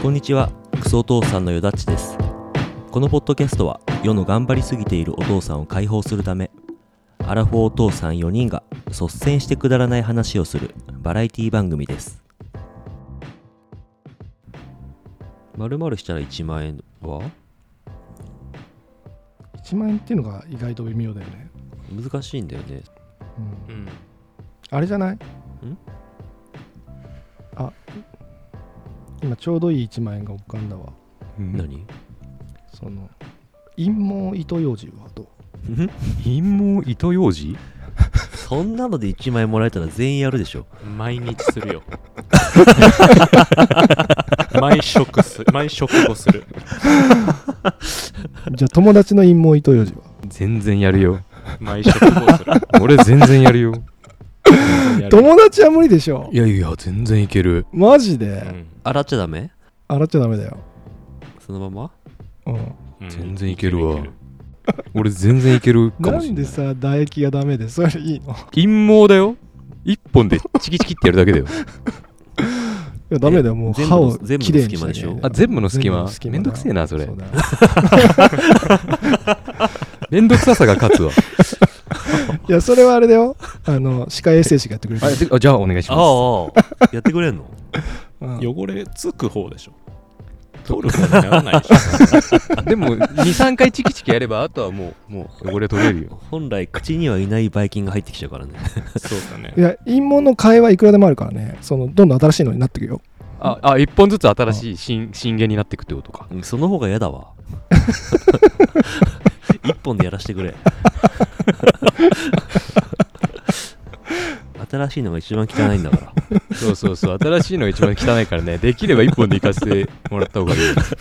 こんにちは、クソお父さんのよだっちです。このポッドキャストは世の頑張りすぎているお父さんを解放するため、アラフォーお父さん4人が率先してくだらない話をするバラエティ番組です。〇〇したら1万円は 1万円っていうのが意外と微妙だよね。 難しいんだよね。 あれじゃない？今ちょうどいい1万円が浮かんだわ。 何？ その陰謀糸ようじはどう？ 陰謀糸ようじ？ そんなので1万円もらえたら全員やるでしょ。 毎日するよ。毎食後する。 じゃあ友達の陰謀糸ようじは？ 全然やるよ。 毎食後する。 俺全然やるよ。 友達は無理でしょ。 いやいや全然いける。 マジで、 洗っちゃダメ？ 洗っちゃダメだよ。 そのまま？ 全然いけるわ。俺全然いけるかもしれない。 なんでさ唾液がダメでそれいいの？ 陰謀だよ。一本でチキチキってやるだけだよ。 いやダメだよ、もう歯をきれいにして、 あ、全部の隙間。めんどくせえなそれ。 そうだよめんどくささが勝つわ。 いやそれはあれだよ、歯科衛生士がやってくれる。 じゃあお願いします。 やってくれんの？ 汚れつく方でしょ。取る方にならないでしょ。 でも 2,3 回チキチキやればあとはもう汚れ取れるよ。 本来口にはいないばい菌が入ってきちゃうからね。 そうだね。 いや陰謀の替えはいくらでもあるからね。どんどん新しいのになってくよ。 一本ずつ新しい新源になっていくってことか。 その方が嫌だわ。一本でやらせてくれ。新しいのが一番汚いんだから。 そうそうそう、新しいのが一番汚いからね。できれば一本で行かせてもらった方がいい。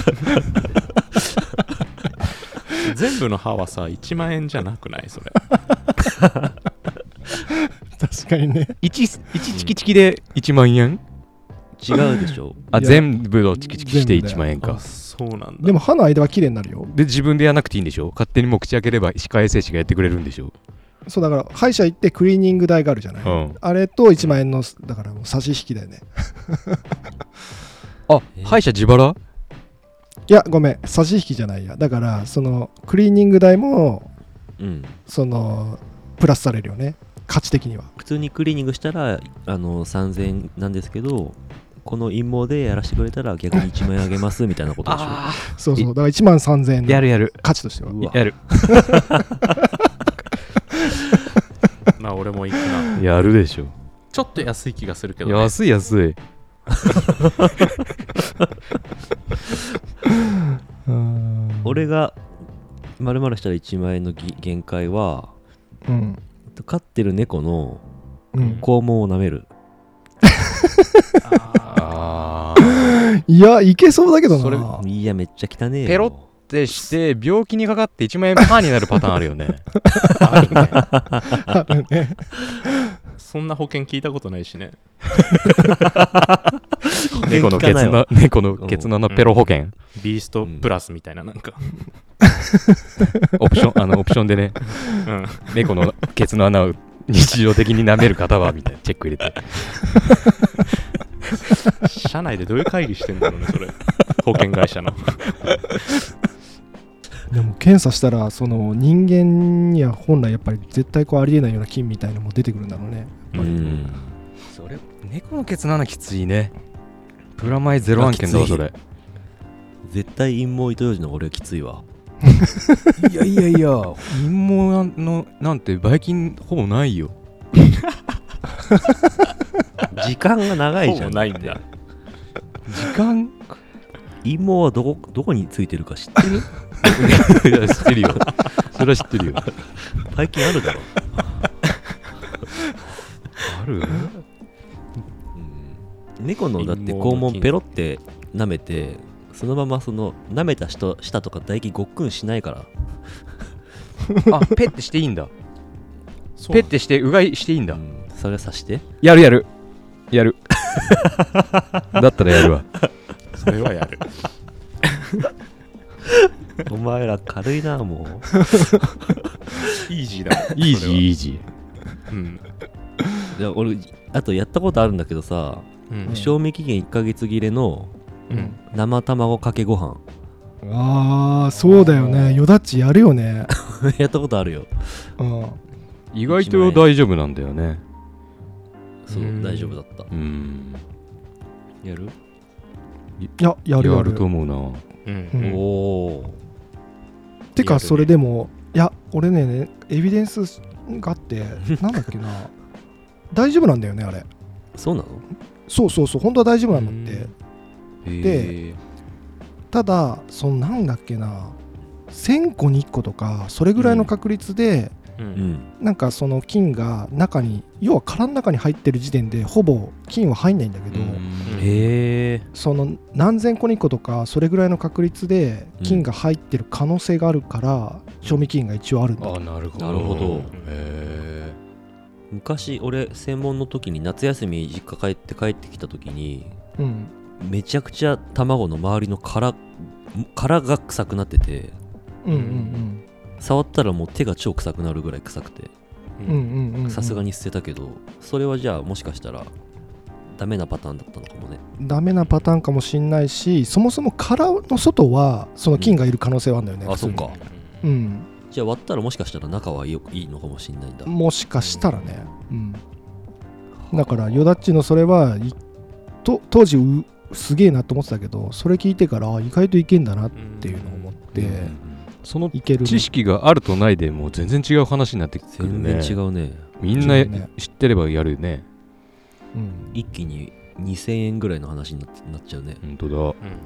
全部の歯はさ1万円じゃなくないそれ？ 確かにね。 1チキチキで1万円？ 違うでしょ。 全部のチキチキして1万円か。 そうなんだ。 でも歯の間は綺麗になるよ。 で自分でやらなくていいんでしょ？勝手にもう口開ければ歯科衛生士がやってくれるんでしょ？ そうだから歯医者行ってクリーニング代があるじゃない、あれと1万円のだからもう差し引きだよね。 歯医者自腹？ いやごめん、差し引きじゃないや。だからそのクリーニング代も、プラスされるよね、価値的には。 普通にクリーニングしたら3000円なんですけど、この陰謀でやらせてくれたら逆に1万円あげますみたいなことでしょ。 そうそう、だから1万3000円のやる価値としてはやる。 まあ俺も行くな。 やるでしょ。 ちょっと安い気がするけど、ね、 安い俺が丸々したら1万円の限界は、飼ってる猫の肛門を舐める。 いやいけそうだけどな。 それいやめっちゃ汚ねえよ。 ペロってして病気にかかって1万円パーになるパターンあるよね。 あるね。 そんな保険聞いたことないしね。 猫のケツのペロ保険、 ビーストプラスみたいな、なんかオプションでね、猫のケツの穴を日常的に舐める方はみたいなチェック入れて。 社内でどういう会議してんだろうねそれ。保険会社の。 でも検査したらその人間には本来やっぱり絶対ありえないような菌みたいなのも出てくるんだろうね。 それ猫のケツの穴きついね。プラマイゼロ案件だわそれ。 絶対陰謀糸ようじの俺はきついわ。 いや陰謀のなんてばい菌ほぼないよ。 時間が長いじゃん。 ほぼないんだ。 時間？ 陰謀はどこについてるか知ってる？ いや知ってるよ。それは知ってるよ。 ばい菌あるだろ。 ある？ 猫のだって肛門ペロって舐めてそのままその舐めた舌とか唾液ごっくんしないから。 ペッてしていいんだ。ペッてしてうがいしていいんだ。 それさしてやるだったらやるわ。 それはやる。 お前ら軽いなもう。 イージーだ。 イージー。 いや俺あとやったことあるんだけどさ、賞味期限1ヶ月切れのうん生卵かけご飯ああそうだよね。よだっちやるよね。 やったことあるよ。 うん意外と大丈夫なんだよね。 そう大丈夫だった。やる？ いややるやると思うな。 うんおお。 てかやるねそれでもいや俺ねエビデンスがあってなんだっけな大丈夫なんだよねあれ。 そうなの？ そう本当は大丈夫なんだって。 で、 ただそのなんだっけな1000個に1個とかそれぐらいの確率で、なんかその菌が中に要は殻の中に入ってる時点でほぼ菌は入んないんだけど、 へえ。 その何千個に1個とかそれぐらいの確率で菌が入ってる可能性があるから賞味期限が一応あるんだ。 あ、なるほど。 なるほど。 へ昔俺専門の時に夏休み実家帰ってきた時に、めちゃくちゃ卵の周りの殻が臭くなってて、触ったらもう手が超臭くなるぐらい臭くて、さすがに捨てたけど、それはじゃあもしかしたらダメなパターンだったのかもね。 ダメなパターンかもしんないし、そもそも殻の外はその菌がいる可能性はあるんだよね。 あ、そっか。じゃあ割ったらもしかしたら中はいいのかもしんないんだ。 もしかしたらね。だからよだっちのそれは当時すげえなと思ってたけど、それ聞いてから意外といけんだなっていうのを思って、 そのいける知識があるとないでもう全然違う話になってくるね。 全然違うね。 みんな知ってればやるね。 一気に2000円ぐらいの話になっちゃうね。 本当だ。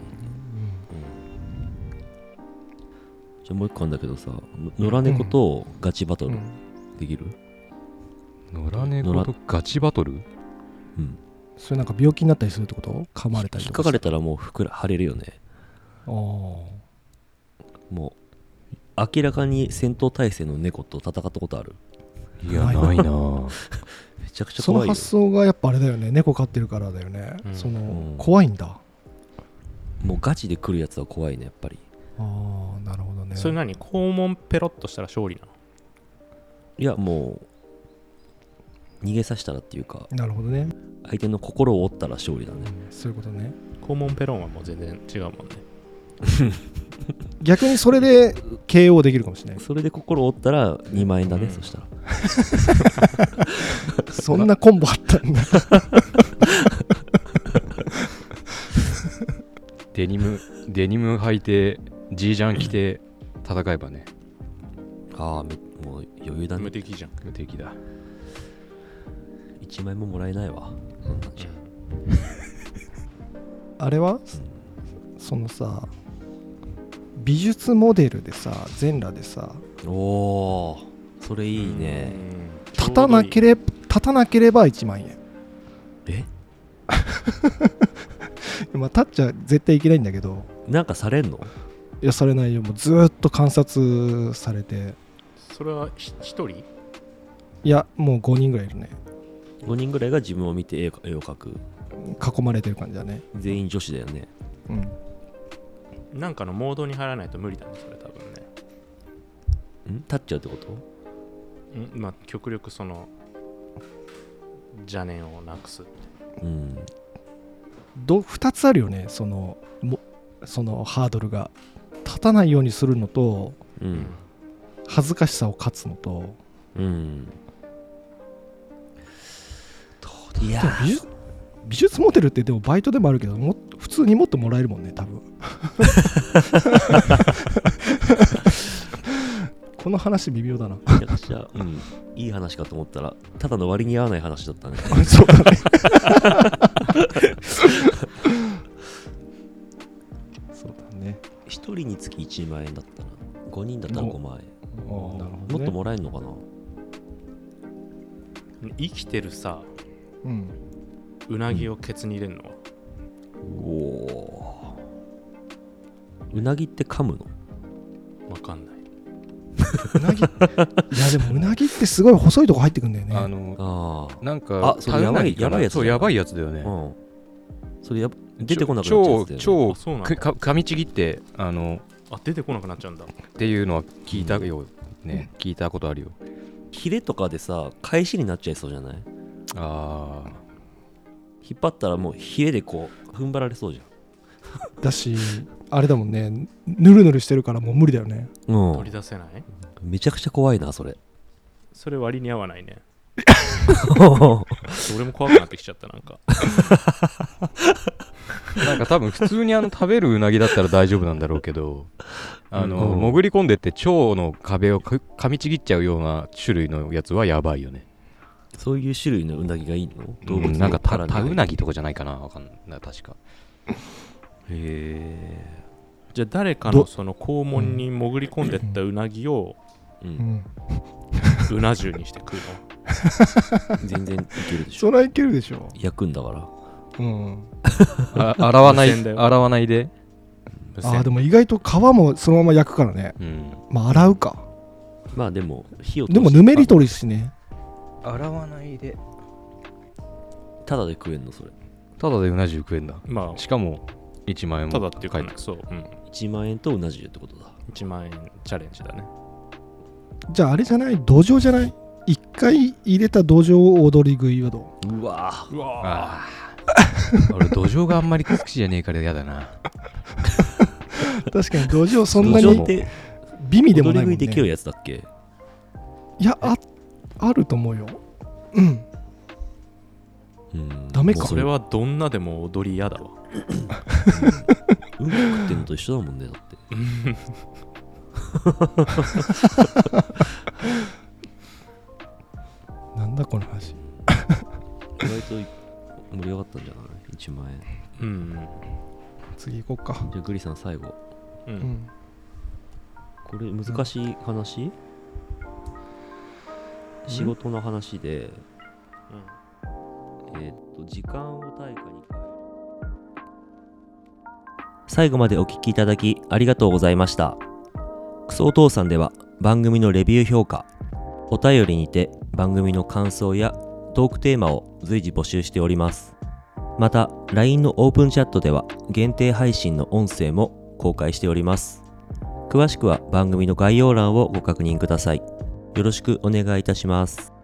じゃあもう一個あるんだけどさ、野良猫とガチバトルできる？ 野良猫とガチバトル？ それなんか病気になったりするってこと？噛まれたりとか。 引っかかれたらもう腫れるよね。 もう明らかに戦闘態勢の猫と戦ったことある？ いや、ないな。 めちゃくちゃその怖いよ。 発想がやっぱあれだよね。猫飼ってるからだよね。怖いんだ。 もうガチで来るやつは怖いね、やっぱり。 なるほどね。 それ何？肛門ペロッとしたら勝利なの？ いや、もう逃げさせたらっていうか、 なるほどね。 相手の心を折ったら勝利だね。 そういうことね。 肛門ペロンはもう全然違うもんね。 逆にそれで KO できるかもしれない。 それで心を折ったら2万円だね、そしたら。 そんなコンボあったんだ。 デニム履いてジージャン着て戦えばね。 もう余裕だね。 無敵じゃん。 無敵だ。 1万円ももらえないわ。 あれはそのさ美術モデルでさ全裸でさ、 それいいね。 立たなければ1万円。まあ立っちゃ絶対いけないんだけど。 なんかされんの？ いやされないよ。もうずっと観察されて。 それは1人？ いやもう5人ぐらいいるね。 5人ぐらいが自分を見て絵を描く。 囲まれてる感じだね。 全員女子だよね。 なんかのモードに入らないと無理だね、それ多分ね。 立っちゃうってこと？ まあ極力その邪念をなくすって。 2つあるよね。そのハードルが立たないようにするのと、恥ずかしさを勝つのと、いや美術モデルってでもバイトでもあるけど普通にもっともらえるもんね多分。この話微妙だな。 めちゃくちゃ、いい話かと思ったらただの割に合わない話だったね。 そうだね。そうだね。 1人につき1万円だったら5人だったら5万円。 なるほどね。 もっともらえるのかな？ 生きてるさ、うなぎをケツに入れるのは、 うなぎって噛むの？ わかんない。 うなぎいやでもうなぎってすごい細いとこ入ってくんだよね。 なんかそれやばいやつ。 そうやばいやつだよね。 それ出てこなくなっちゃうやつだよね。 超噛みちぎって出てこなくなっちゃうんだっていうのは聞いたよね。聞いたことあるよ。 ヒレとかでさ返しになっちゃいそうじゃない？引っ張ったらもうヒレでこう踏ん張られそうじゃん。 だしあれだもんね、ぬるぬるしてるからもう無理だよね。 うん取り出せない？ めちゃくちゃ怖いなそれ。 それ割に合わないね。俺も怖くなってきちゃった。なんか多分普通に食べるうなぎだったら大丈夫なんだろうけど、潜り込んでって腸の壁を噛みちぎっちゃうような種類のやつはやばいよね。 そういう種類のうなぎがいいの？動物なんかタウナギとかじゃないかな、わかんない、確か。 へえ。 じゃあ誰かのその肛門に潜り込んでったうなぎをうな重にして食うの？ 全然いけるでしょ。 それはいけるでしょ。 焼くんだから。 洗わないで。 でも意外と皮もそのまま焼くからね。まあ洗うか。 まあでも火を通して。 でもぬめり取るしね。 洗わないで。 ただで食えんのそれ？ ただでうな重食えんだ。 まあしかも1万円もただっていうかね、そう、 1万円とうな重ってことだ。 1万円チャレンジだね。 じゃああれじゃない？土壌じゃない？一回入れた土壌を踊り食いはどう？ うわ俺土壌があんまり好きじゃねえから嫌だな。 確かに土壌そんなに美味でもないもんね。 踊り食いできるやつだっけ？ いや、あると思うよ。ダメか。 それはどんなでも踊り嫌だわ。 うんこ食ってんのと一緒だもんね、だって。 なんだこの話。 意外と盛り上がったんじゃない？ 1 万円。 次行こうか。 じゃあグリさん最後。これ難しい話？仕事の話で、時間を対価に変える。最後までお聞きいただきありがとうございました。クソお父さんでは番組のレビュー評価、お便りにて番組の感想やトークテーマを随時募集しております。また LINE のオープンチャットでは限定配信の音声も公開しております。詳しくは番組の概要欄をご確認ください。よろしくお願いいたします。